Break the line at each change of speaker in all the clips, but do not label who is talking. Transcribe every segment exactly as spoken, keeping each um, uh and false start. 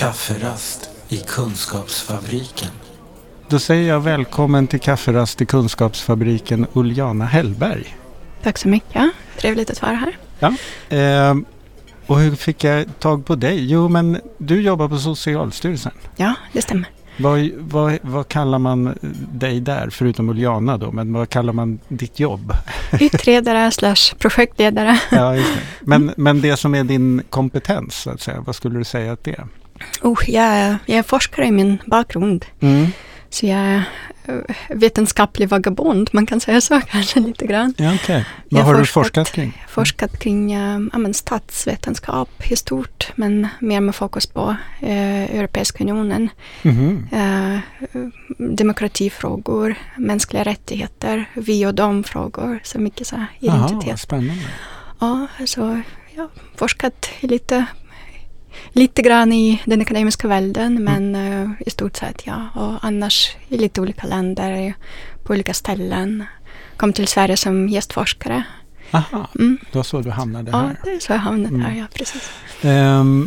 Kafferast i Kunskapsfabriken.
Då säger jag välkommen till Kafferast i Kunskapsfabriken, Uljana Hellberg.
Tack så mycket. Trevligt att vara här.
Ja. Eh, och hur fick jag tag på dig? Jo, men du jobbar på Socialstyrelsen.
Ja, det stämmer.
Vad, vad, vad kallar man dig där, förutom Uljana då? Men vad kallar man ditt jobb?
Utredare slash projektledare.
Ja, just det. Men, mm. men det som är din kompetens, så att säga, vad skulle du säga att det är?
Oh, jag, är, jag är forskare i min bakgrund. Mm. Så jag är vetenskaplig vagabond, man kan säga så kanske lite grann.
Ja, okay. Vad har forskat, du forskat kring?
Forskat kring äh, men, statsvetenskap i stort, men mer med fokus på äh, Europeiska unionen. Mm-hmm. Äh, demokratifrågor, mänskliga rättigheter, vi och de frågor, så mycket så här identitet.
Aha, spännande.
Ja, så jag har forskat lite Lite grann i den akademiska världen, men mm. uh, i stort sett ja. Och annars i lite olika länder, på olika ställen. Kom till Sverige som gästforskare.
Aha, mm. då så du hamnade här.
Ja, det är så jag hamnade mm. här, ja precis.
Um,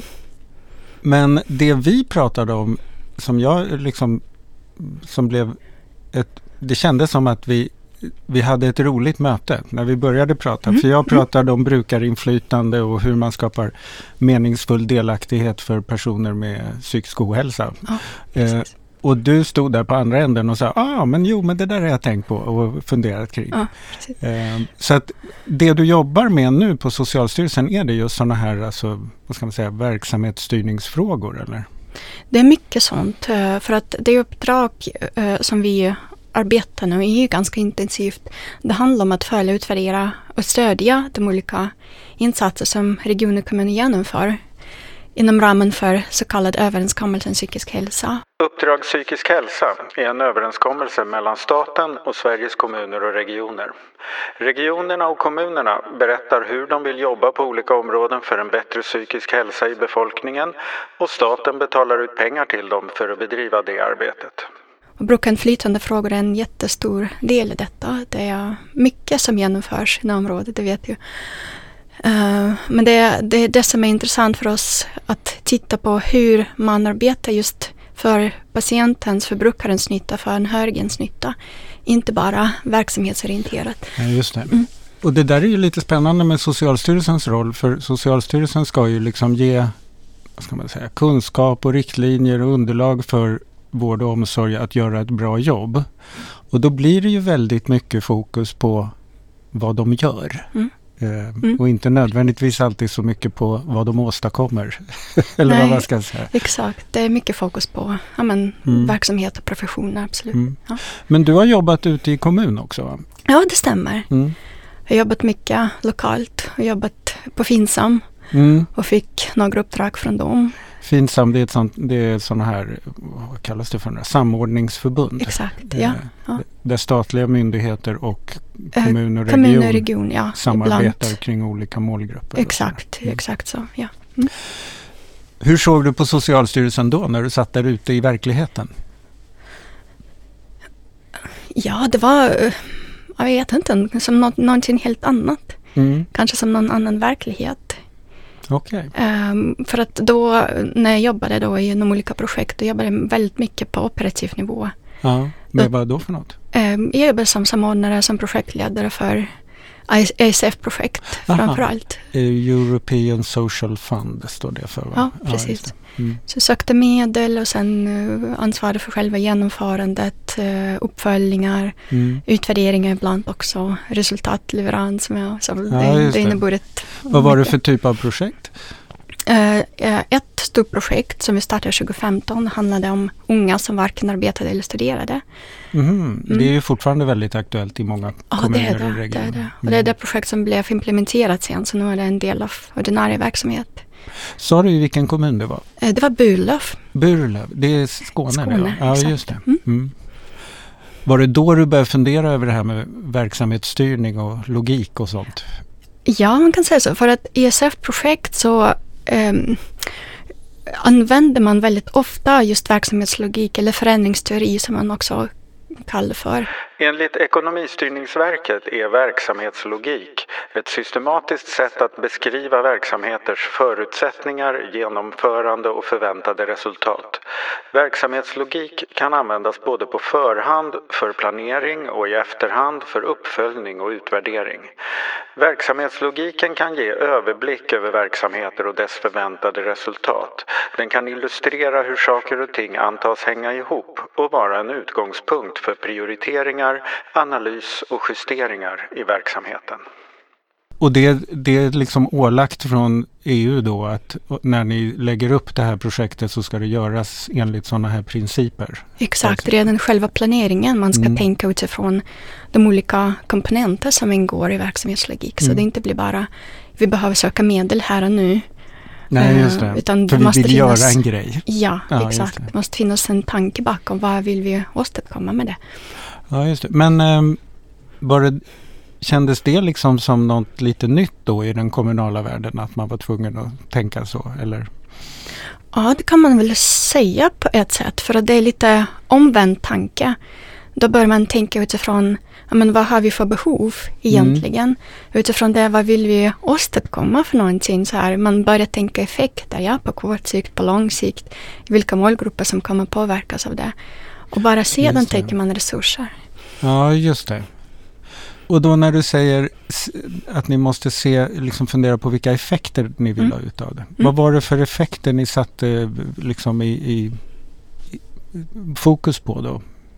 men det vi pratade om, som jag liksom, som blev ett, det kändes som att vi Vi hade ett roligt möte när vi började prata. Mm. För jag pratade om brukarinflytande och hur man skapar meningsfull delaktighet för personer med psykisk ohälsa. Ja, eh, och du stod där på andra änden och sa, ja ah, men jo men det där har jag tänkt på och funderat kring. Ja, eh, så att det du jobbar med nu på Socialstyrelsen, är det just sådana här alltså, vad ska man säga, verksamhetsstyrningsfrågor eller?
Det är mycket sånt. För att det uppdrag eh, som vi arbetar nu är ju ganska intensivt. Det handlar om att följa, utvärdera och stödja de olika insatser som regioner och kommuner genomför inom ramen för så kallad överenskommelse om psykisk hälsa.
Uppdrag psykisk hälsa är en överenskommelse mellan staten och Sveriges kommuner och regioner. Regionerna och kommunerna berättar hur de vill jobba på olika områden för en bättre psykisk hälsa i befolkningen, och staten betalar ut pengar till dem för att bedriva det arbetet.
Och brukarinflytande frågor är en jättestor del i detta. Det är mycket som genomförs i området, det vet jag. Uh, men det, det är det som är intressant för oss, att titta på hur man arbetar just för patientens, för brukarens nytta, för en högens nytta. Inte bara verksamhetsorienterat.
Ja, just det. Mm. Och det där är ju lite spännande med Socialstyrelsens roll, för Socialstyrelsen ska ju liksom ge, vad ska man säga, kunskap och riktlinjer och underlag för vård och omsorg att göra ett bra jobb. Och då blir det ju väldigt mycket fokus på vad de gör. Mm. Eh, mm. Och inte nödvändigtvis alltid så mycket på vad de åstadkommer. Eller
Nej,
vad man ska säga.
Exakt, det är mycket fokus på ja, men, mm. verksamhet och professioner, absolut. Mm. Ja.
Men du har jobbat ute i kommun också, va?
Ja, det stämmer. Mm. Jag har jobbat mycket lokalt och jobbat på Finsam mm. och fick några uppdrag från dem.
Finsam, det är, ett sånt, det är sådana här, vad kallas det för, samordningsförbund.
Exakt, ja.
ja. Där statliga myndigheter och kommun och region,
kommun och region ja,
samarbetar
ibland.
Kring olika målgrupper.
Exakt, mm. exakt så, ja. Mm.
Hur såg du på Socialstyrelsen då när du satt där ute i verkligheten?
Ja, det var, jag vet inte, som något, någonting helt annat. Mm. Kanske som någon annan verklighet.
Okay.
Um, för att då, när jag jobbade då i de olika projekt, då jobbade jag väldigt mycket på operativ nivå.
Ja, men vad då för något?
Um, jag jobbade som samordnare, som projektledare för E S F-projekt framförallt.
European Social Fund står det för, va?
Ja, precis. Ja, mm. Så jag sökte medel och sen uh, ansvarade för själva genomförandet, uh, uppföljningar, mm. utvärderingar ibland också, resultatleverans. Ja, så
ja, det, det inneburit. Vad var det för typ av projekt?
Uh, ett stort projekt som vi startade tjugo femton handlade om unga som varken arbetade eller studerade.
Mm. Mm. Det är ju fortfarande väldigt aktuellt i många
ja,
kommuner
det
och regioner.
Det är det. Mm. Och det är det projekt som blev implementerat sen, så nu är det en del av ordinarie verksamhet.
Sa du i vilken kommun det var?
Uh, det var Burlöf.
Burlöf, det är Skåne,
Skåne
nu. Ja,
exakt.
Just det. Mm. Mm. Var det då du började fundera över det här med verksamhetsstyrning och logik och sånt?
Ja, man kan säga så. För att E S F-projekt så Um, använder man väldigt ofta just verksamhetslogik eller förändringsteori som man också kallar för.
Enligt Ekonomistyrningsverket är verksamhetslogik ett systematiskt sätt att beskriva verksamheters förutsättningar, genomförande och förväntade resultat. Verksamhetslogik kan användas både på förhand för planering och i efterhand för uppföljning och utvärdering. Verksamhetslogiken kan ge överblick över verksamheter och dess förväntade resultat. Den kan illustrera hur saker och ting antas hänga ihop och vara en utgångspunkt för prioriteringar, analys och justeringar i verksamheten. Och det, det är liksom ålagt från E U då att när ni lägger upp det här projektet så ska det göras enligt sådana här principer?
Exakt, redan själva planeringen. Man ska mm. tänka utifrån de olika komponenter som ingår i verksamhetslogik. Mm. Så det inte blir bara, vi behöver söka medel här och nu.
Nej, just det.
Uh, utan
För
det
vi
måste
vill
finnas,
göra en grej.
Ja,
ja
exakt. Det. det måste finnas en tanke bakom. Vad vill vi åstadkomma med det?
Ja, just det. Men um, var det... Kändes det liksom som något lite nytt då i den kommunala världen att man var tvungen att tänka så, eller?
Ja, det kan man väl säga på ett sätt, för att det är lite omvänd tanke. Då bör man tänka utifrån, ja, men vad har vi för behov egentligen? Mm. Utifrån det, vad vill vi åstadkomma för någonting? Så här, man börjar tänka effekter, ja, på kort sikt, på lång sikt, vilka målgrupper som kommer påverkas av det. Och bara sedan tänker man resurser.
Ja, just det. Och då när du säger att ni måste se, liksom fundera på vilka effekter ni vill mm. ha ut av det. Mm. Vad var det för effekter ni satte liksom i, i, i fokus på då?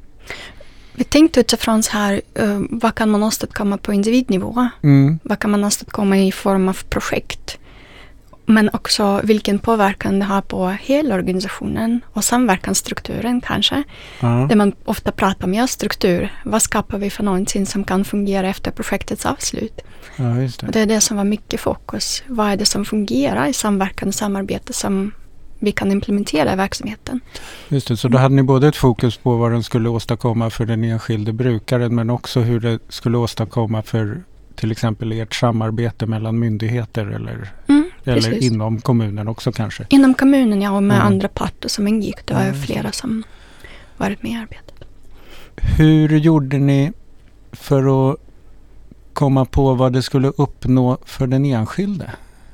Vi tänkte utifrån så här, uh, vad kan man åstadkomma på individnivå? Mm. Vad kan man åstadkomma i form av projekt? Men också vilken påverkan det har på hela organisationen och samverkansstrukturen kanske. Mm. Där man ofta pratar om ja, struktur. Vad skapar vi för någonting som kan fungera efter projektets avslut?
Ja, just det.
Och det är det som var mycket fokus. Vad är det som fungerar i samverkan och samarbete som vi kan implementera i verksamheten?
Just det, så då hade ni både ett fokus på vad den skulle åstadkomma för den enskilde brukaren, men också hur det skulle åstadkomma för till exempel ert samarbete mellan myndigheter eller, mm, eller inom kommunen också kanske?
Inom kommunen, ja, och med mm. andra parter som ingick. Det var mm. flera som varit med i arbetet.
Hur gjorde ni för att komma på vad det skulle uppnå för den enskilde?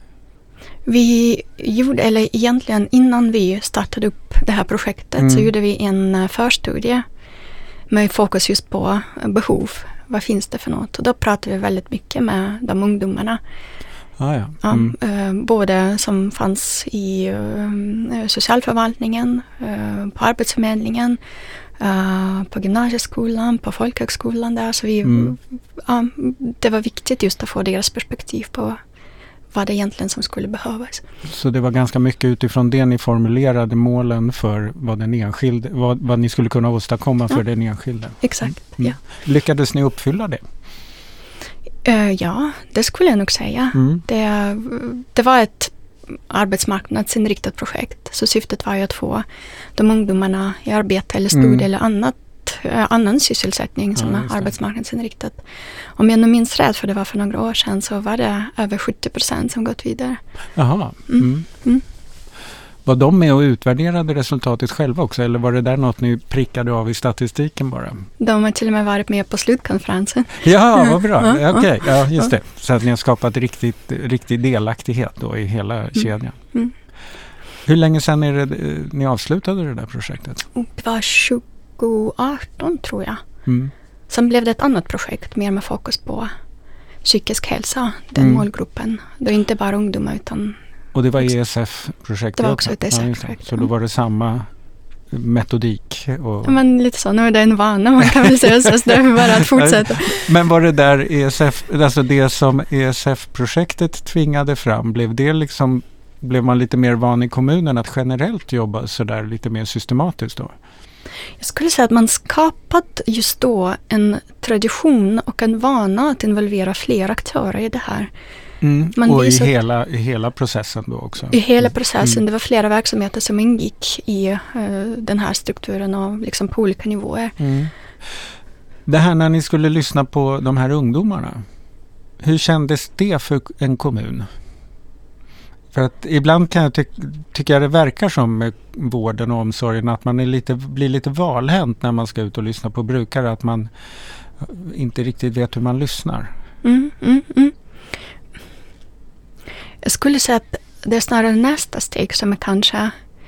Vi gjorde, eller egentligen innan vi startade upp det här projektet mm. så gjorde vi en förstudie med fokus just på behov. Vad finns det för något? Och då pratade vi väldigt mycket med de ungdomarna.
Ah, ja. Mm.
Ja, eh, både som fanns i eh, socialförvaltningen, eh, på arbetsförmedlingen, eh, på gymnasieskolan, på folkhögskolan där. Så vi, mm. ja, det var viktigt just att få deras perspektiv på vad det egentligen som skulle behövas.
Så det var ganska mycket utifrån det ni formulerade målen för vad den enskilde, vad, vad ni skulle kunna åstadkomma för ja. den enskilde.
Exakt, mm. ja.
Lyckades ni uppfylla det?
Uh, ja, det skulle jag nog säga. Mm. Det, det var ett arbetsmarknadsinriktat projekt. Så syftet var ju att få de ungdomarna i arbete eller studie mm. eller annat annan sysselsättning som ja, är arbetsmarknadsinriktat. Om jag nu minns rätt, för det var för några år sedan, så var det över sjuttio procent som gått vidare.
Jaha. Mm. Mm. Mm. Var de med och utvärderade resultatet själva också, eller var det där något ni prickade av i statistiken bara?
De har till och med varit med på slutkonferensen.
Ja, vad bra. Ja, okej, okay. ja, just det. Så att ni har skapat riktigt, riktig delaktighet då i hela mm. kedjan. Mm. Hur länge sedan är det, ni avslutade det där projektet?
Det var tjugo arton tror jag.
Mm.
Sen blev det ett annat projekt mer med fokus på psykisk hälsa, den mm. målgruppen. Det är inte bara ungdomar utan...
Och det var E S F-projekt?
Det var också ett E S F-projekt.
Ja, så då var det samma metodik? Och...
Ja, men lite så. Nu är det en vana, man kan väl säga så. Det är bara att fortsätta.
Men var det där E S F, alltså det som E S F-projektet tvingade fram, blev det liksom, blev man lite mer van i kommunen att generellt jobba så där lite mer systematiskt då?
Jag skulle säga att man skapat just då en tradition och en vana att involvera fler aktörer i det här.
Mm. Och i hela, i hela processen då också?
I hela processen. Mm. Det var flera verksamheter som ingick i uh, den här strukturen och liksom på olika nivåer.
Mm. Det här när ni skulle lyssna på de här ungdomarna, hur kändes det för en kommun? För att ibland kan jag ty- tycka det verkar som med vården och omsorgen att man är lite, blir lite valhänt när man ska ut och lyssna på brukare. Att man inte riktigt vet hur man lyssnar.
Mm, mm, mm. Jag skulle säga att det är snarare nästa steg som är kanske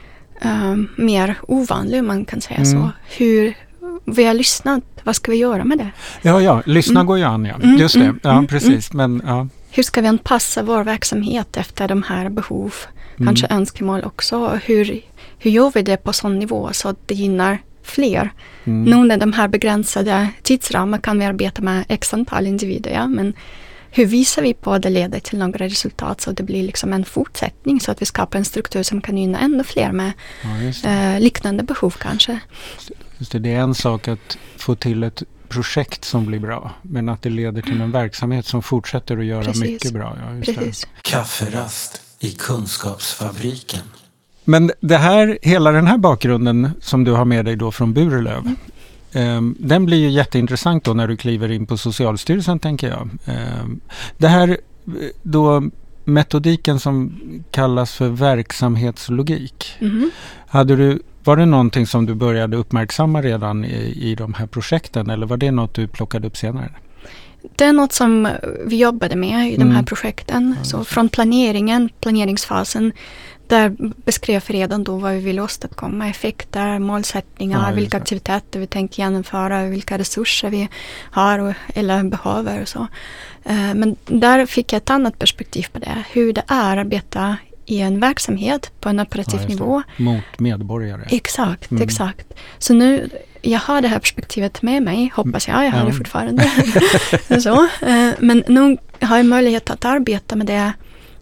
um, mer ovanlig, om man kan säga mm. så. Hur vi har lyssnat, vad ska vi göra med det?
Ja, ja, lyssna mm. går ju an, ja.
Mm,
Just det,
mm,
ja,
mm,
precis. Men, ja.
Hur ska vi anpassa vår verksamhet efter de här behov, mm. kanske önskemål också? Hur, hur gör vi det på sån nivå så att det gynnar fler? Mm. Nu under de här begränsade tidsramar kan vi arbeta med x antal individer, ja, men hur visar vi på att det leder till några resultat så att det blir liksom en fortsättning så att vi skapar en struktur som kan gynna ännu fler med ja, eh, liknande behov kanske.
Just det, det är en sak att få till ett projekt som blir bra, men att det leder till en verksamhet som fortsätter att göra Precis. mycket bra. Ja, just
Precis.
Det.
Kafferast i Kunskapsfabriken.
Men det här, hela den här bakgrunden som du har med dig då från Burlöv, mm. Um, den blir ju jätteintressant då när du kliver in på Socialstyrelsen, tänker jag. Um, det här då metodiken som kallas för verksamhetslogik. Mm. Hade du, var det någonting som du började uppmärksamma redan i, i de här projekten, eller var det något du plockade upp senare?
Det är något som vi jobbade med i mm. de här projekten. Ja, så från planeringen, planeringsfasen, där beskrev vi redan då vad vi vill åstadkomma, effekter, målsättningar, ja, vilka aktiviteter vi tänker genomföra, vilka resurser vi har och, eller behöver och så. Uh, men där fick jag ett annat perspektiv på det, hur det är att arbeta i en verksamhet på en operativ ja, nivå.
Mot medborgare.
Exakt, mm. exakt. Så nu, jag har det här perspektivet med mig, hoppas jag, jag har ja. det fortfarande. så, uh, men nu har jag möjlighet att arbeta med det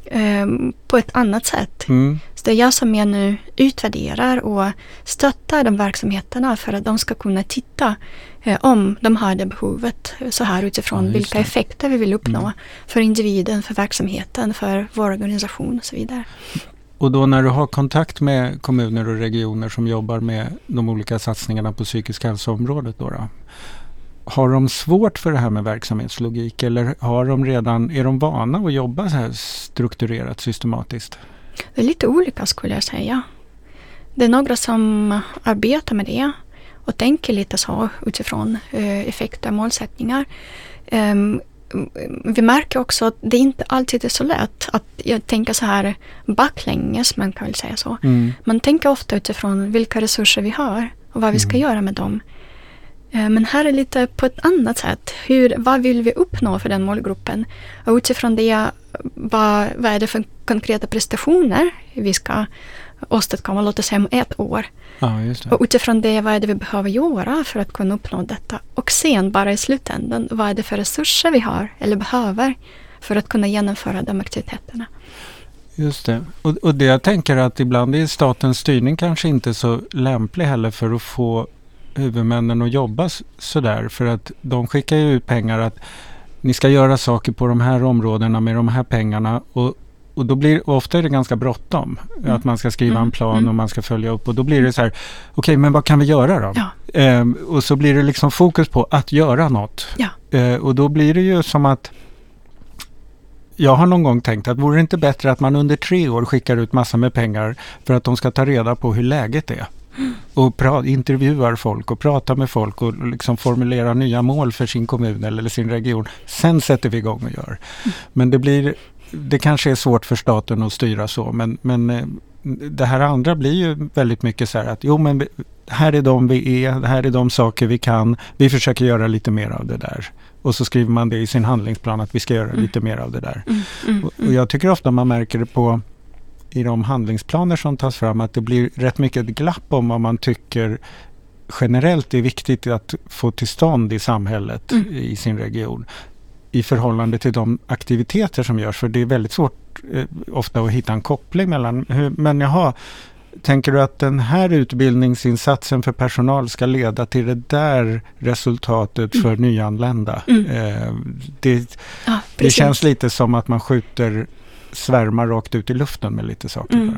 på ett annat sätt. Mm. Så det är jag som jag nu utvärderar och stöttar de verksamheterna för att de ska kunna titta eh, om de har det behovet så här utifrån ja, vilka effekter vi vill uppnå mm. för individen, för verksamheten, för vår organisation och så vidare.
Och då när du har kontakt med kommuner och regioner som jobbar med de olika satsningarna på psykisk hälsoområdet då, då har de svårt för det här med verksamhetslogik, eller har de redan, är de vana att jobba så här strukturerat, systematiskt?
Det är lite olika, skulle jag säga. Det är några som arbetar med det och tänker lite så utifrån eh, effekter och målsättningar. Um, vi märker också att det inte alltid är så lätt att jag tänker så här baklänges, man kan väl säga så. Mm. Man tänker ofta utifrån vilka resurser vi har och vad vi ska mm. göra med dem. Men här är lite på ett annat sätt. Hur, vad vill vi uppnå för den målgruppen? Och utifrån det, vad, vad är det för konkreta prestationer vi ska åstadkomma, låt oss säga om ett år.
Ja, just det.
Och utifrån det, vad är det vi behöver göra för att kunna uppnå detta? Och sen bara i slutändan, vad är det för resurser vi har eller behöver för att kunna genomföra de aktiviteterna?
Just det. Och, och det jag tänker att ibland är statens styrning kanske inte så lämplig heller för att få huvudmännen att jobba sådär, för att de skickar ju ut pengar att ni ska göra saker på de här områdena med de här pengarna, och, och då blir och ofta är det ganska bråttom mm. att man ska skriva en plan mm. och man ska följa upp, och då blir det så här, okej, okay, men vad kan vi göra då? Ja. Ehm, och så blir det liksom fokus på att göra något. Ja. Ehm, och då blir det ju som att jag har någon gång tänkt att vore det inte bättre att man under tre år skickar ut massor med pengar för att de ska ta reda på hur läget är. Och pra- intervjuar folk och pratar med folk och liksom formulerar nya mål för sin kommun eller sin region. Sen sätter vi igång och gör. Mm. Men det blir, det kanske är svårt för staten att styra så, men, men det här andra blir ju väldigt mycket så här att jo, men här är de vi är, här är de saker vi kan, vi försöker göra lite mer av det där. Och så skriver man det i sin handlingsplan att vi ska göra mm. lite mer av det där. Mm. Mm. Och, och jag tycker ofta man märker det på i de handlingsplaner som tas fram att det blir rätt mycket ett glapp om vad man tycker generellt är viktigt att få till stånd i samhället mm. i sin region i förhållande till de aktiviteter som görs, för det är väldigt svårt eh, ofta att hitta en koppling mellan hur, men jaha, tänker du att den här utbildningsinsatsen för personal ska leda till det där resultatet mm. för nyanlända? Mm. Eh, det, ja, det känns lite som att man skjuter svärmar rakt ut i luften med lite saker. Mm.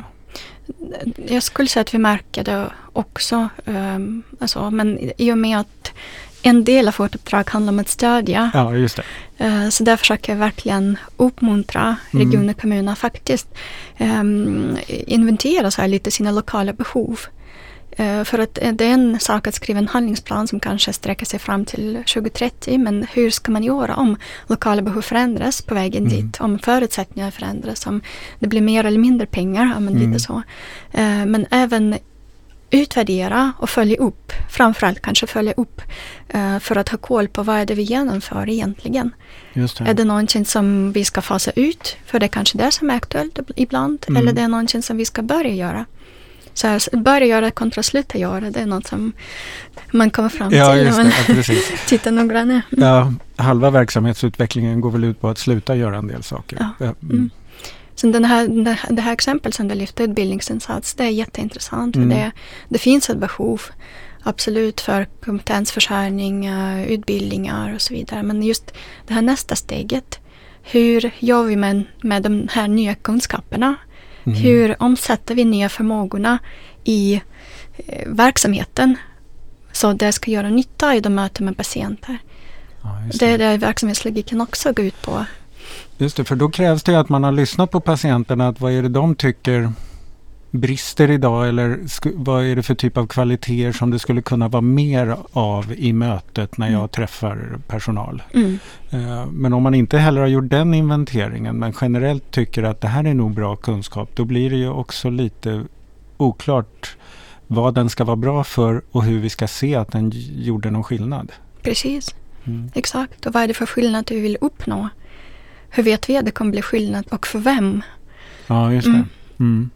Jag skulle säga att vi märker det också. Um, alltså, men i och med att en del av vårt uppdrag handlar om att stödja.
Ja, just det.
Uh, så där försöker jag verkligen uppmuntra regioner och mm. kommuner faktiskt um, inventera så här lite sina lokala behov. Uh, för att det är en sak att skriva en handlingsplan som kanske sträcker sig fram till tjugo trettio, men hur ska man göra om lokala behov förändras på vägen mm. dit, om förutsättningar förändras, om det blir mer eller mindre pengar, ja, men mm. lite så. Uh, men även utvärdera och följa upp, framförallt kanske följa upp uh, för att ha koll på vad är det vi genomför egentligen.
Just det.
Är det någonting som vi ska fasa ut, för det är kanske det som är aktuellt ibland, mm. eller det är någonting som vi ska börja göra. Så här, börja göra kontra sluta göra, det är något som man kommer fram till.
Ja, just det. Ja, precis.
Titta noggrann.
Ja, halva verksamhetsutvecklingen går väl ut på att sluta göra en del saker.
Ja.
Ja. Mm.
Mm. Så den här, det, det här exempel som du lyfter, utbildningsinsats, det är jätteintressant. Mm. För det, det finns ett behov, absolut, för kompetensförsörjning, utbildningar och så vidare. Men just det här nästa steget, hur gör vi med, med de här nya kunskaperna? Mm. Hur omsätter vi nya förmågorna i eh, verksamheten så det ska göra nytta i de möten med patienter? Ja, det. det är det verksamhetslogiken också går ut på.
Just det, för då krävs det att man har lyssnat på patienterna, att vad är det de tycker brister idag, eller sk- vad är det för typ av kvaliteter som det skulle kunna vara mer av i mötet när jag mm. träffar personal. Mm. Uh, men om man inte heller har gjort den inventeringen, men generellt tycker att det här är nog bra kunskap, då blir det ju också lite oklart vad den ska vara bra för och hur vi ska se att den gjorde någon skillnad.
Precis, mm. exakt. Och vad är det för skillnad vi vill uppnå? Hur vet vi att det kommer bli skillnad och för vem?
Ja, just det. Mm. Mm.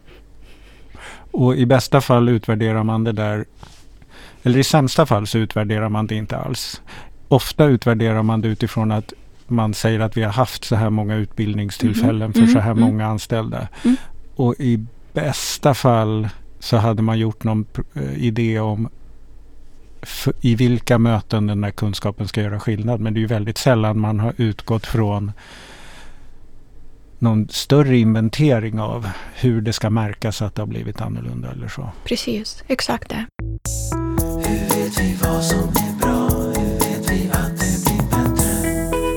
Och i bästa fall utvärderar man det där, eller i sämsta fall så utvärderar man det inte alls. Ofta utvärderar man det utifrån att man säger att vi har haft så här många utbildningstillfällen mm. för mm. så här mm. många anställda. Mm. Och i bästa fall så hade man gjort någon uh, idé om f- i vilka möten den där kunskapen ska göra skillnad. Men det är ju väldigt sällan man har utgått från någon större inventering av hur det ska märkas att det har blivit annorlunda eller så.
Precis, exakt det.
Hur vet vi vad som är bra? Hur vet vi att det blir bättre?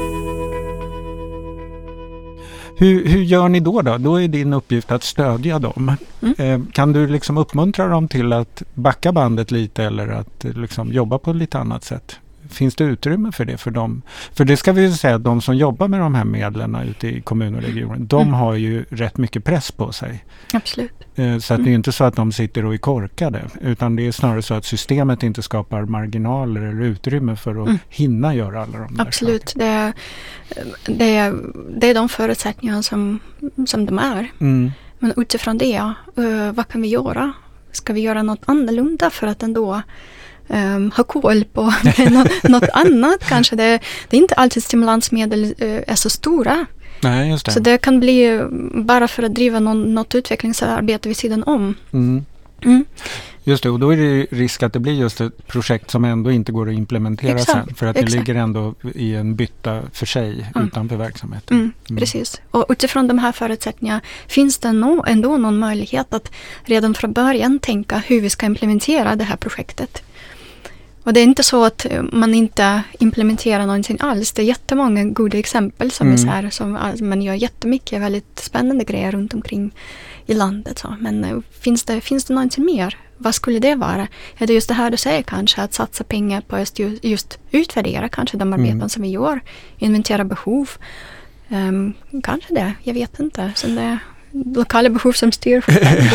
Hur, hur gör ni då då? Då är din uppgift att stödja dem. Mm. Eh, kan du liksom uppmuntra dem till att backa bandet lite eller att liksom jobba på ett lite annat sätt? Finns det utrymme för det för dem? För det ska vi ju säga att de som jobbar med de här medlen ute i kommun och regionen, de mm. har ju rätt mycket press på sig.
Absolut.
Eh, så att mm. det är inte så att de sitter och är korkade, utan det är snarare så att systemet inte skapar marginaler eller utrymme för att mm. hinna göra alla de där
Absolut. Sakerna. Det är, det, är, det är de förutsättningar som, som de är. Mm. Men utifrån det, uh, vad kan vi göra? Ska vi göra något annorlunda för att ändå Um, ha koll på något, något annat kanske. Det, det är inte alltid stimulansmedel uh, är så stora.
Nej, just det.
Så det kan bli bara för att driva någon, något utvecklingsarbete vid sidan om.
Mm. Mm. Just det, och då är det risk att det blir just ett projekt som ändå inte går att implementera exakt, sen. För att exakt. Det ligger ändå i en bytta för sig mm. utanför verksamheten.
Mm, mm. Precis. Och utifrån de här förutsättningarna finns det no, ändå någon möjlighet att redan från början tänka hur vi ska implementera det här projektet. Och det är inte så att man inte implementerar någonting alls. Det är jättemånga goda exempel som mm. är så här, som man gör jättemycket väldigt spännande grejer runt omkring i landet. Så. Men finns det, finns det någonting mer? Vad skulle det vara? Är det just det här du säger kanske? Att satsa pengar på just, just utvärdera kanske de arbeten mm. som vi gör. Inventera behov. Um, kanske det, jag vet inte. Så det är lokala behov som styr.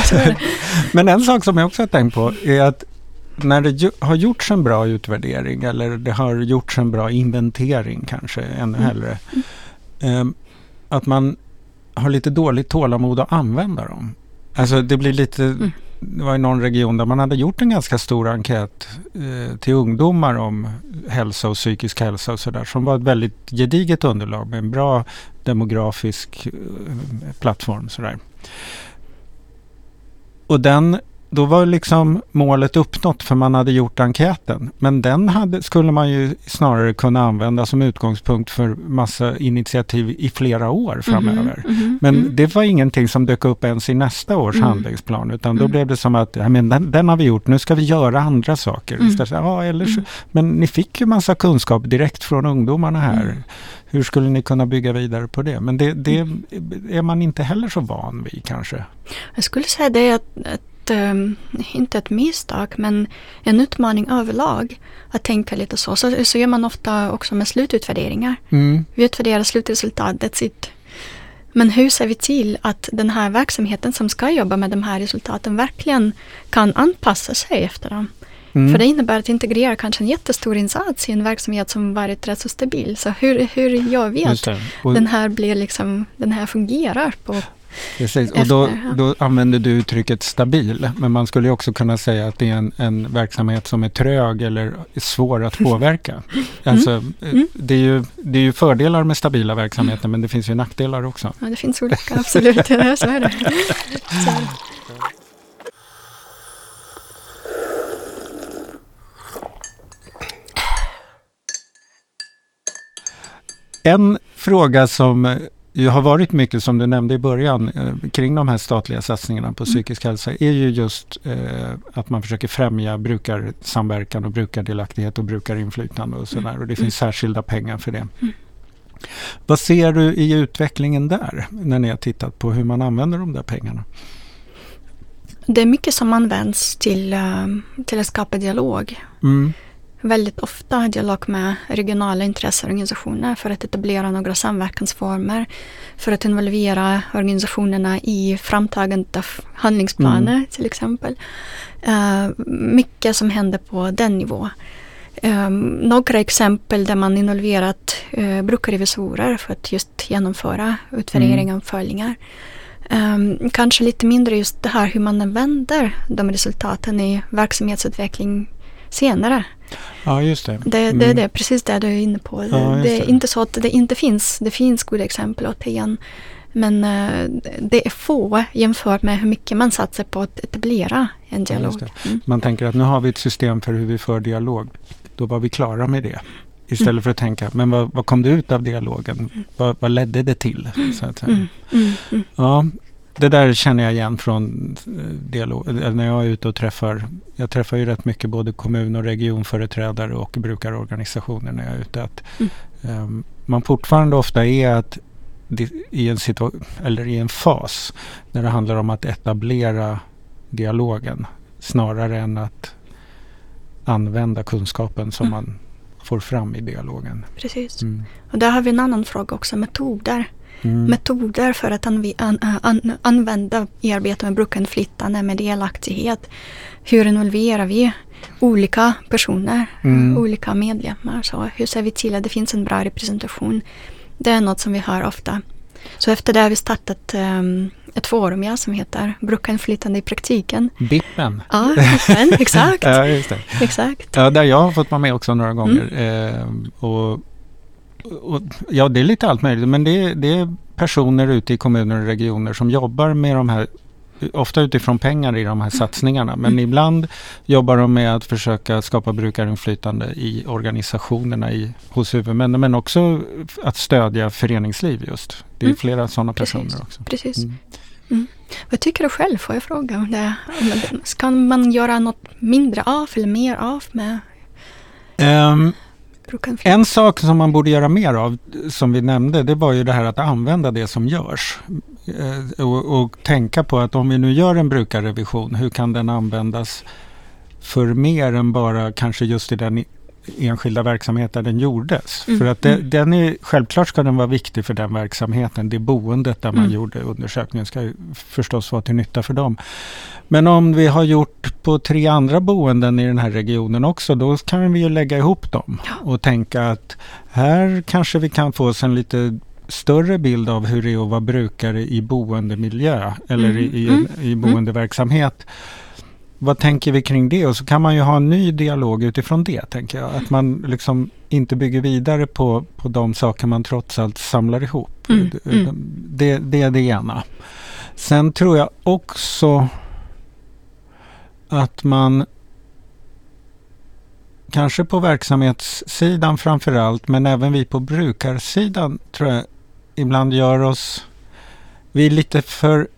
Men en sak som jag också har tänkt på är att när det ju, har gjorts en bra utvärdering eller det har gjorts en bra inventering kanske ännu hellre, mm. eh, att man har lite dåligt tålamod att använda dem. Alltså det blir lite, mm. det var i någon region där man hade gjort en ganska stor enkät eh, till ungdomar om hälsa och psykisk hälsa och sådär, som var ett väldigt gediget underlag med en bra demografisk eh, plattform sådär. Och den då var liksom målet uppnått för man hade gjort enkäten. Men den hade, skulle man ju snarare kunna använda som utgångspunkt för massa initiativ i flera år framöver. Mm, mm, men mm. det var ingenting som dök upp ens i nästa års mm. handlingsplan, utan då mm. blev det som att ja, men den, den har vi gjort, nu ska vi göra andra saker. Mm. Istället, ja, eller så, mm. Men ni fick ju massa kunskap direkt från ungdomarna här. Mm. Hur skulle ni kunna bygga vidare på det? Men det, det mm. är man inte heller så van vid kanske.
Jag skulle säga det att, att Um, inte ett misstag, men en utmaning överlag att tänka lite så. Så, så gör man ofta också med slututvärderingar. Mm. Vi utvärderar slutresultatet sitt. Men hur ser vi till att den här verksamheten som ska jobba med de här resultaten verkligen kan anpassa sig efter dem? Mm. För det innebär att integrera kanske en jättestor insats i en verksamhet som varit rätt så stabil. Så hur, hur gör vi att den här blir liksom, den här fungerar på
Precis, och då, då använder du uttrycket stabil, men man skulle ju också kunna säga att det är en, en verksamhet som är trög eller svår att påverka. Mm. Alltså, mm. det, är ju, det är ju fördelar med stabila verksamheter, men det finns ju nackdelar också.
Ja, det finns olika, absolut. Ja, så är det. Så är det.
En fråga som det har varit mycket, som du nämnde i början, eh, kring de här statliga satsningarna på psykisk hälsa är ju just eh, att man försöker främja brukarsamverkan och brukardelaktighet och brukarinflytande och sådär. Och det finns särskilda pengar för det. Mm. Vad ser du i utvecklingen där när ni har tittat på hur man använder de där pengarna?
Det är mycket som används till, till att skapa dialog. Mm. Väldigt ofta dialog med regionala intresseorganisationer för att etablera några samverkansformer, för att involvera organisationerna i framtagandet av handlingsplaner mm. till exempel. Uh, mycket som händer på den nivån. Uh, några exempel där man involverat uh, brukarrevisorer för att just genomföra utvärdering och uppföljningar. Um, kanske lite mindre just det här hur man använder de resultaten i verksamhetsutveckling senare.
Ja, just det.
Det, mm. det, det är precis det du är inne på. Ja, det, det är det. Inte så att det inte finns. Det finns goda exempel åt igen. Men uh, det är få jämfört med hur mycket man satsar på att etablera en dialog.
Ja, mm. Man tänker att nu har vi ett system för hur vi för dialog. Då var vi klara med det. Istället mm. för att tänka, men vad, vad kom det ut av dialogen? Mm. Vad, vad ledde det till? Så att säga. Mm. Mm. Mm. Ja, det där känner jag igen från dialog. När jag är ute och träffar, jag träffar ju rätt mycket både kommun- och regionföreträdare och brukarorganisationer när jag är ute. Att, mm. um, man fortfarande ofta är att det, i, en situa- eller i en fas när det handlar om att etablera dialogen snarare än att använda kunskapen som mm. man får fram i dialogen.
Precis. Mm. Och där har vi en annan fråga också, metoder. Mm. Metoder för att anv- an- an- använda i arbete med brukarinflytande med delaktighet. Hur involverar vi olika personer, mm. olika medlemmar? Så hur ser vi till att det finns en bra representation? Det är något som vi hör ofta. Så efter det har vi startat um, ett forum ja, som heter Brukarinflytande i praktiken.
Bippen.
Ja, Bippen, exakt.
Ja, just det.
Exakt.
Ja, där jag har fått vara med också några gånger. Mm. Eh, och, och, ja, det är lite allt möjligt, men det, det är personer ute i kommuner och regioner som jobbar med de här, ofta utifrån pengar i de här satsningarna, men mm. ibland jobbar de med att försöka skapa brukarinflytande i organisationerna i, hos huvudmännen, men också att stödja föreningsliv just. Det är mm. flera sådana personer
Precis.
också.
Precis. Mm. Mm. Vad tycker du själv, får jag fråga om det? Ska man göra något mindre av eller mer av med
um, en sak som man borde göra mer av, som vi nämnde, det var ju det här att använda det som görs. Och, och tänka på att om vi nu gör en brukarrevision, hur kan den användas för mer än bara kanske just i den enskilda verksamhet där den gjordes. Mm. För att det, mm. den är, självklart ska den vara viktig för den verksamheten. Det boendet där man mm. gjorde undersökningen ska ju förstås vara till nytta för dem. Men om vi har gjort på tre andra boenden i den här regionen också, då kan vi ju lägga ihop dem och tänka att här kanske vi kan få oss en lite större bild av hur det är att vara brukare i boendemiljö eller mm. i, mm. i boendeverksamhet. Vad tänker vi kring det? Och så kan man ju ha en ny dialog utifrån det, tänker jag. Att man liksom inte bygger vidare på, på de saker man trots allt samlar ihop. Mm. Mm. Det, det är det ena. Sen tror jag också att man kanske på verksamhetssidan framför allt, men även vi på brukarsidan tror jag ibland gör oss, vi är lite för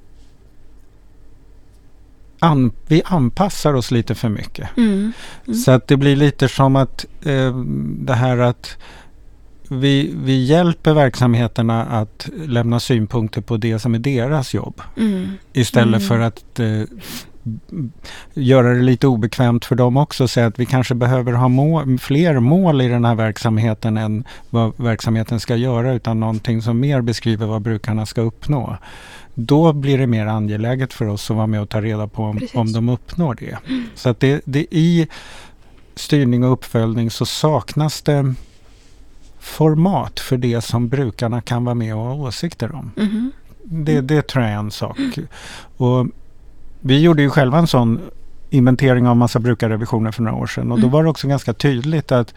An, vi anpassar oss lite för mycket.
Mm. Mm.
Så att det blir lite som att eh, det här att vi, vi hjälper verksamheterna att lämna synpunkter på det som är deras jobb.
Mm.
Istället
Mm.
för att eh, göra det lite obekvämt för dem också och säga att vi kanske behöver ha må- fler mål i den här verksamheten än vad verksamheten ska göra, utan någonting som mer beskriver vad brukarna ska uppnå. Då blir det mer angeläget för oss att vara med och ta reda på om, om de uppnår det. Mm. Så att det, det i styrning och uppföljning så saknas det format för det som brukarna kan vara med och ha åsikter om.
Mm.
Det, det tror jag är en sak. Och vi gjorde ju själva en sån inventering av massa brukarrevisioner för några år sedan. Och då var det också ganska tydligt att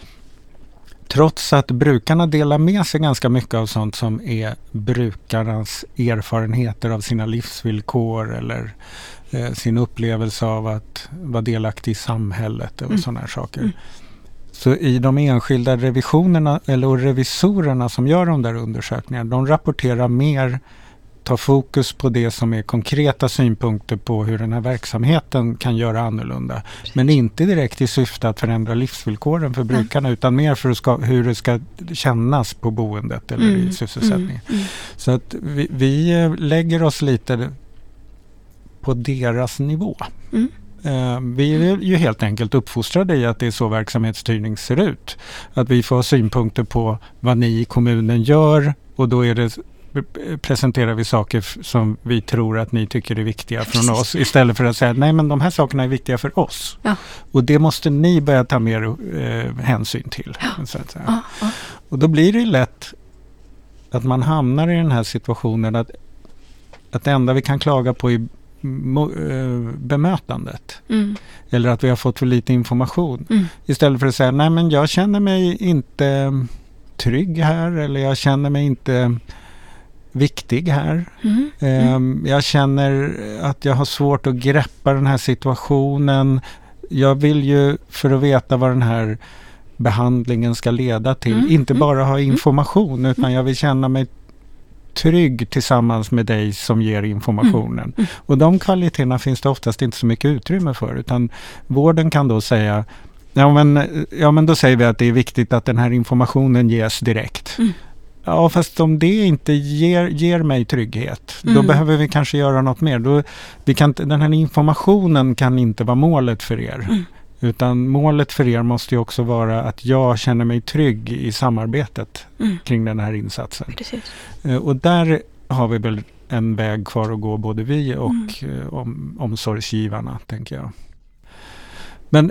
trots att brukarna delar med sig ganska mycket av sånt som är brukarnas erfarenheter av sina livsvillkor eller eh, sin upplevelse av att vara delaktig i samhället och mm. sådana här saker. Mm. Så i de enskilda revisionerna eller revisorerna som gör de där undersökningarna, de rapporterar mer, tar fokus på det som är konkreta synpunkter på hur den här verksamheten kan göra annorlunda. Precis. Men inte direkt i syfte att förändra livsvillkoren för brukarna, mm. utan mer för att ska, hur det ska kännas på boendet eller mm. i sysselsättningen. Mm. Mm. Så att vi, vi lägger oss lite på deras nivå. Mm. Uh, vi är ju helt enkelt uppfostrade i att det är så verksamhetsstyrning ser ut. Att vi får synpunkter på vad ni i kommunen gör, och då är det presenterar vi saker f- som vi tror att ni tycker är viktiga från Precis. oss, istället för att säga nej, men de här sakerna är viktiga för oss. Ja. Och det måste ni börja ta mer eh, hänsyn till. Ja. Så att säga. Ja, ja. Och då blir det lätt att man hamnar i den här situationen att, att det enda vi kan klaga på är mo- eh, bemötandet. Mm. Eller att vi har fått för lite information. Mm. Istället för att säga nej, men jag känner mig inte trygg här, eller jag känner mig inte viktig här. Mm. Mm. Um, jag känner att jag har svårt att greppa den här situationen. Jag vill ju, för att veta vad den här behandlingen ska leda till, mm. inte bara ha information, mm. utan jag vill känna mig trygg tillsammans med dig som ger informationen. Mm. Och de kvaliteterna finns det oftast inte så mycket utrymme för, utan vården kan då säga ja men, ja, men då säger vi att det är viktigt att den här informationen ges direkt. Mm. Ja, fast om det inte ger, ger mig trygghet, mm. då behöver vi kanske göra något mer. Då, vi kan, den här informationen kan inte vara målet för er. Mm. Utan målet för er måste ju också vara att jag känner mig trygg i samarbetet mm. kring den här insatsen. Precis. Och där har vi väl en väg kvar att gå, både vi och mm. om, omsorgsgivarna, tänker jag. Men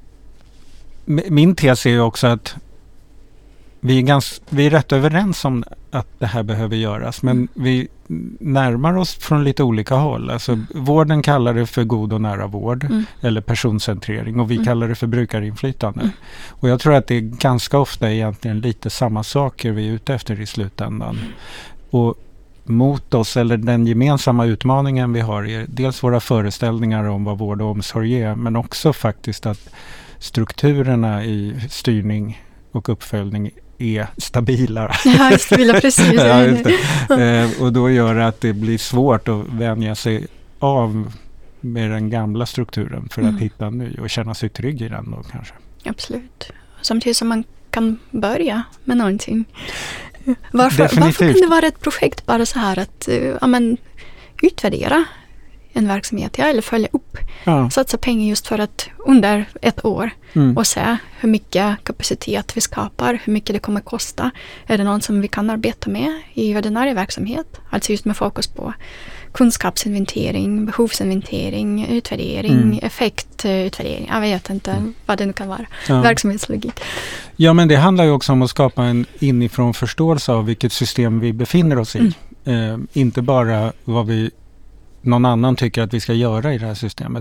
min tes är ju också att vi är, ganska, vi är rätt överens om att det här behöver göras, men mm. vi närmar oss från lite olika håll. Alltså, mm. vården kallar det för god och nära vård mm. eller personcentrering, och vi mm. kallar det för brukarinflytande. Mm. Och jag tror att det är ganska ofta egentligen lite samma saker vi är ute efter i slutändan. Mm. Och mot oss, eller den gemensamma utmaningen vi har, är dels våra föreställningar om vad vård och omsorg är, men också faktiskt att strukturerna i styrning och uppföljning är stabila.
Ja, stabila, precis.
Ja, just det. Eh, och då gör det att det blir svårt att vänja sig av med den gamla strukturen för mm. att hitta en ny och känna sig trygg i den då kanske.
Absolut. Samtidigt som man kan börja med någonting. Varför, varför kan det vara ett projekt bara så här att uh, ja, men, utvärdera en verksamhet, ja, eller följa upp. Ja. Satsa pengar just för att under ett år mm. och se hur mycket kapacitet vi skapar, hur mycket det kommer kosta. Är det någon som vi kan arbeta med i ordinarie verksamhet? Alltså just med fokus på kunskapsinventering, behovsinventering, utvärdering, mm. effektutvärdering. Jag vet inte mm. vad det nu kan vara. Ja. Verksamhetslogik.
Ja, men det handlar ju också om att skapa en inifrån förståelse av vilket system vi befinner oss i. Mm. Eh, inte bara vad vi någon annan tycker att vi ska göra i det här systemet.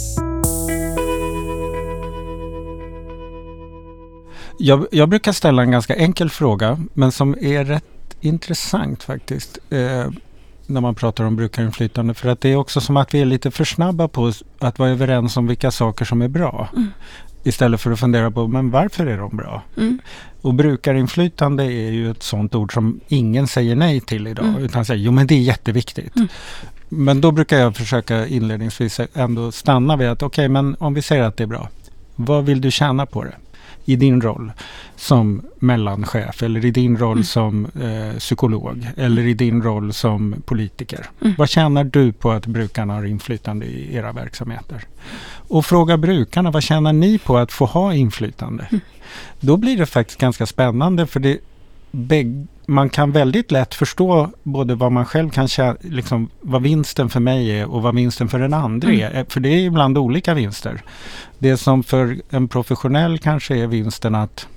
Jag, jag brukar ställa en ganska enkel fråga, men som är rätt intressant faktiskt. Eh, när man pratar om brukarinflytande. För att det är också som att vi är lite för snabba på att vara överens om vilka saker som är bra. Mm. Istället för att fundera på, men varför är de bra? Mm. Och brukarinflytande är ju ett sånt ord som ingen säger nej till idag. Mm. Utan säger, jo men det är jätteviktigt. Mm. Men då brukar jag försöka inledningsvis ändå stanna vid att okej, okay, men om vi säger att det är bra. Vad vill du tjäna på det? I din roll som mellanchef eller i din roll mm. som eh, psykolog eller i din roll som politiker. Mm. Vad tjänar du på att brukarna har inflytande i era verksamheter? Och fråga brukarna, vad tjänar ni på att få ha inflytande? Mm. Då blir det faktiskt ganska spännande för det bägge, man kan väldigt lätt förstå både vad man själv kan tjäna, liksom vad vinsten för mig är och vad vinsten för den andra mm. är. För det är ibland olika vinster. Det som för en professionell kanske är vinsten att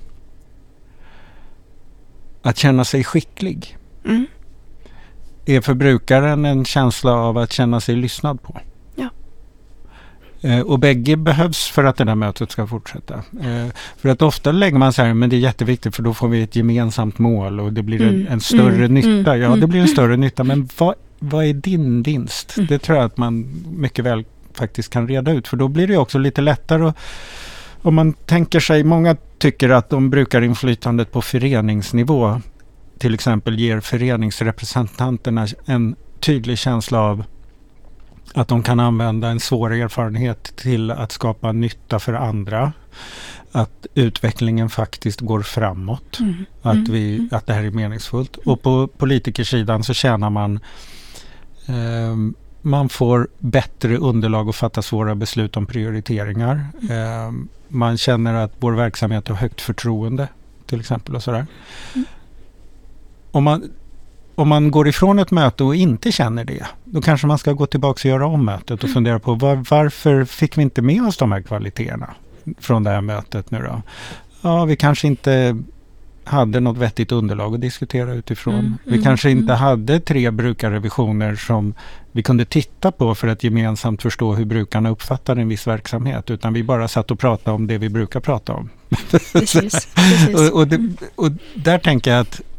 att känna sig skicklig. Mm. Är för brukaren en känsla av att känna sig lyssnad på. Ja. Eh, och bägge behövs för att det där mötet ska fortsätta. Eh, för att ofta lägger man så här, men det är jätteviktigt för då får vi ett gemensamt mål och det blir mm. en, en större mm. nytta. Ja, det blir en större nytta, men vad, vad är din vinst? Mm. Det tror jag att man mycket väl faktiskt kan reda ut. För då blir det också lite lättare att, om man tänker sig, många tycker att de brukar inflytandet på föreningsnivå till exempel ger föreningsrepresentanterna en tydlig känsla av att de kan använda en svår erfarenhet till att skapa nytta för andra. Att utvecklingen faktiskt går framåt. Mm. Att, vi, att det här är meningsfullt. Mm. Och på politikersidan så tjänar man eh, man får bättre underlag att fatta svåra beslut om prioriteringar. Mm. Eh, man känner att vår verksamhet har högt förtroende till exempel och sådär. Mm. Om man Om man går ifrån ett möte och inte känner det, då kanske man ska gå tillbaka och göra om mötet och fundera på var, varför fick vi inte med oss de här kvaliteterna från det här mötet nu då? Ja, vi kanske inte hade något vettigt underlag att diskutera utifrån. Mm, vi mm, kanske inte mm. hade tre brukarrevisioner som vi kunde titta på för att gemensamt förstå hur brukarna uppfattar en viss verksamhet, utan vi bara satt och pratade om det vi brukar prata om.
Precis, precis.
och, och, det, och där tänker jag att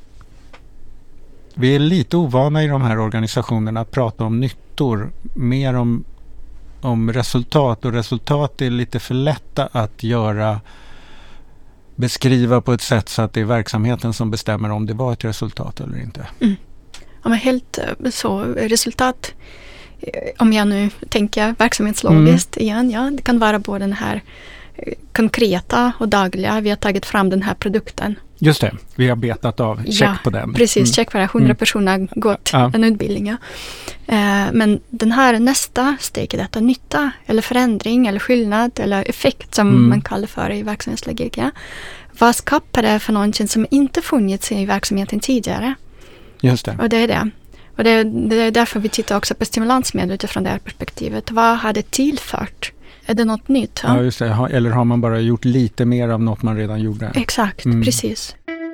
vi är lite ovana i de här organisationerna att prata om nyttor, mer om, om resultat. Och resultat är lite för lätta att göra, beskriva på ett sätt så att det är verksamheten som bestämmer om det var ett resultat eller inte.
Mm. Ja, men helt så. Resultat, om jag nu tänker verksamhetslogiskt mm. igen, ja, det kan vara både den här konkreta och dagliga. Vi har tagit fram den här produkten.
Just det, vi har betat av. Check
ja,
på den.
Precis,
mm.
check på det. hundra mm. personer har gått
ja.
en utbildning. Ja. Eh, men den här nästa steg i detta, nytta eller förändring eller skillnad eller effekt som mm. man kallar för i verksamhetslogik. Ja. Vad skapar det för någonting som inte funnits i verksamheten tidigare?
Just det.
Och det är det. Och det, det är därför vi tittar också på stimulansmedel utifrån det här perspektivet. Vad har det tillfört? Är det något nytt?
Ja, ja just det. Eller har man bara gjort lite mer av något man redan gjorde?
Exakt, mm. precis.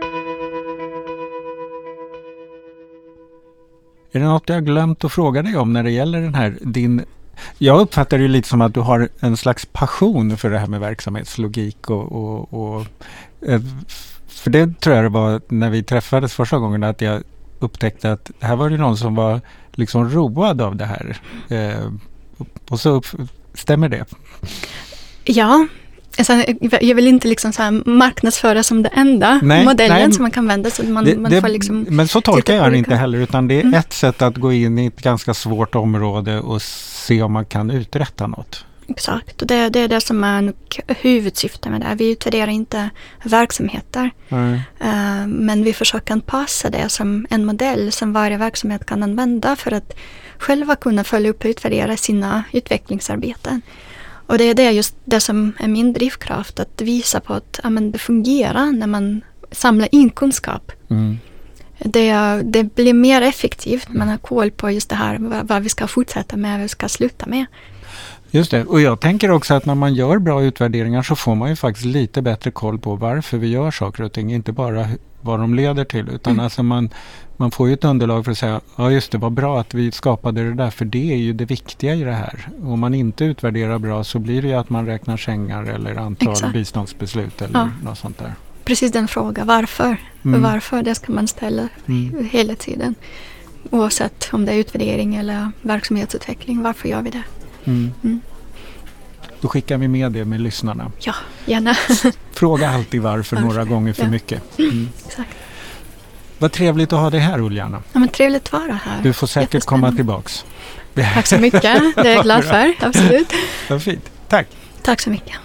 Är det något jag har glömt att fråga dig om när det gäller den här din... Jag uppfattar det lite som att du har en slags passion för det här med verksamhetslogik och, och, och för det tror jag det var när vi träffades första gången att jag upptäckte att här var det någon som var liksom road av det här. Eh, och så upp, stämmer det?
Ja, alltså, jag vill inte liksom så här marknadsföra som det enda nej, modellen nej, som man kan vända. Så man,
det,
man
det,
får liksom
men så tolkar jag det inte heller, utan det är mm. ett sätt att gå in i ett ganska svårt område och se om man kan uträtta något.
Exakt, och det, det är det som är huvudsyftet med det. Vi utvärderar inte verksamheter, mm. uh, men vi försöker anpassa det som en modell som varje verksamhet kan använda för att själva kunna följa upp och utvärdera sina utvecklingsarbeten. Och det är det just det som är min drivkraft, att visa på att ja, men det fungerar när man samlar in kunskap. Mm. Det, det blir mer effektivt, man har koll på just det här, vad, vad vi ska fortsätta med, vad vi ska sluta med.
Just det, och jag tänker också att när man gör bra utvärderingar så får man ju faktiskt lite bättre koll på varför vi gör saker och ting, inte bara vad de leder till, utan mm. alltså man, man får ju ett underlag för att säga, ja just det, var bra att vi skapade det där, för det är ju det viktiga i det här. Om man inte utvärderar bra så blir det ju att man räknar sängar eller antal Exakt. biståndsbeslut eller ja. något sånt där.
Precis den frågan, varför? Mm. Varför, det ska man ställa mm. hela tiden. Oavsett om det är utvärdering eller verksamhetsutveckling. Varför gör vi det?
Mm.
Mm.
Då skickar vi med det med lyssnarna.
Ja, gärna.
Fråga alltid varför,
Varför?
några gånger för
Ja.
mycket. Mm.
Exakt.
Vad trevligt att ha dig här, Uljana.
Ja, men trevligt att vara här.
Du får säkert komma
Jättespännande.
tillbaks.
Tack så mycket. Det är jag glad för. Absolut.
Vad fint. Tack.
Tack så mycket.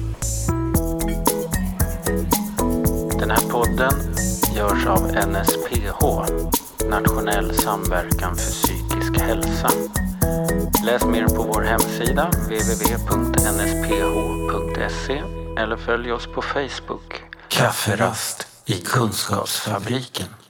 Den här podden görs av N S P H, Nationell samverkan för psykisk hälsa. Läs mer på vår hemsida w w w punkt n s p h punkt s e eller följ oss på Facebook.
Kafferast i Kunskapsfabriken.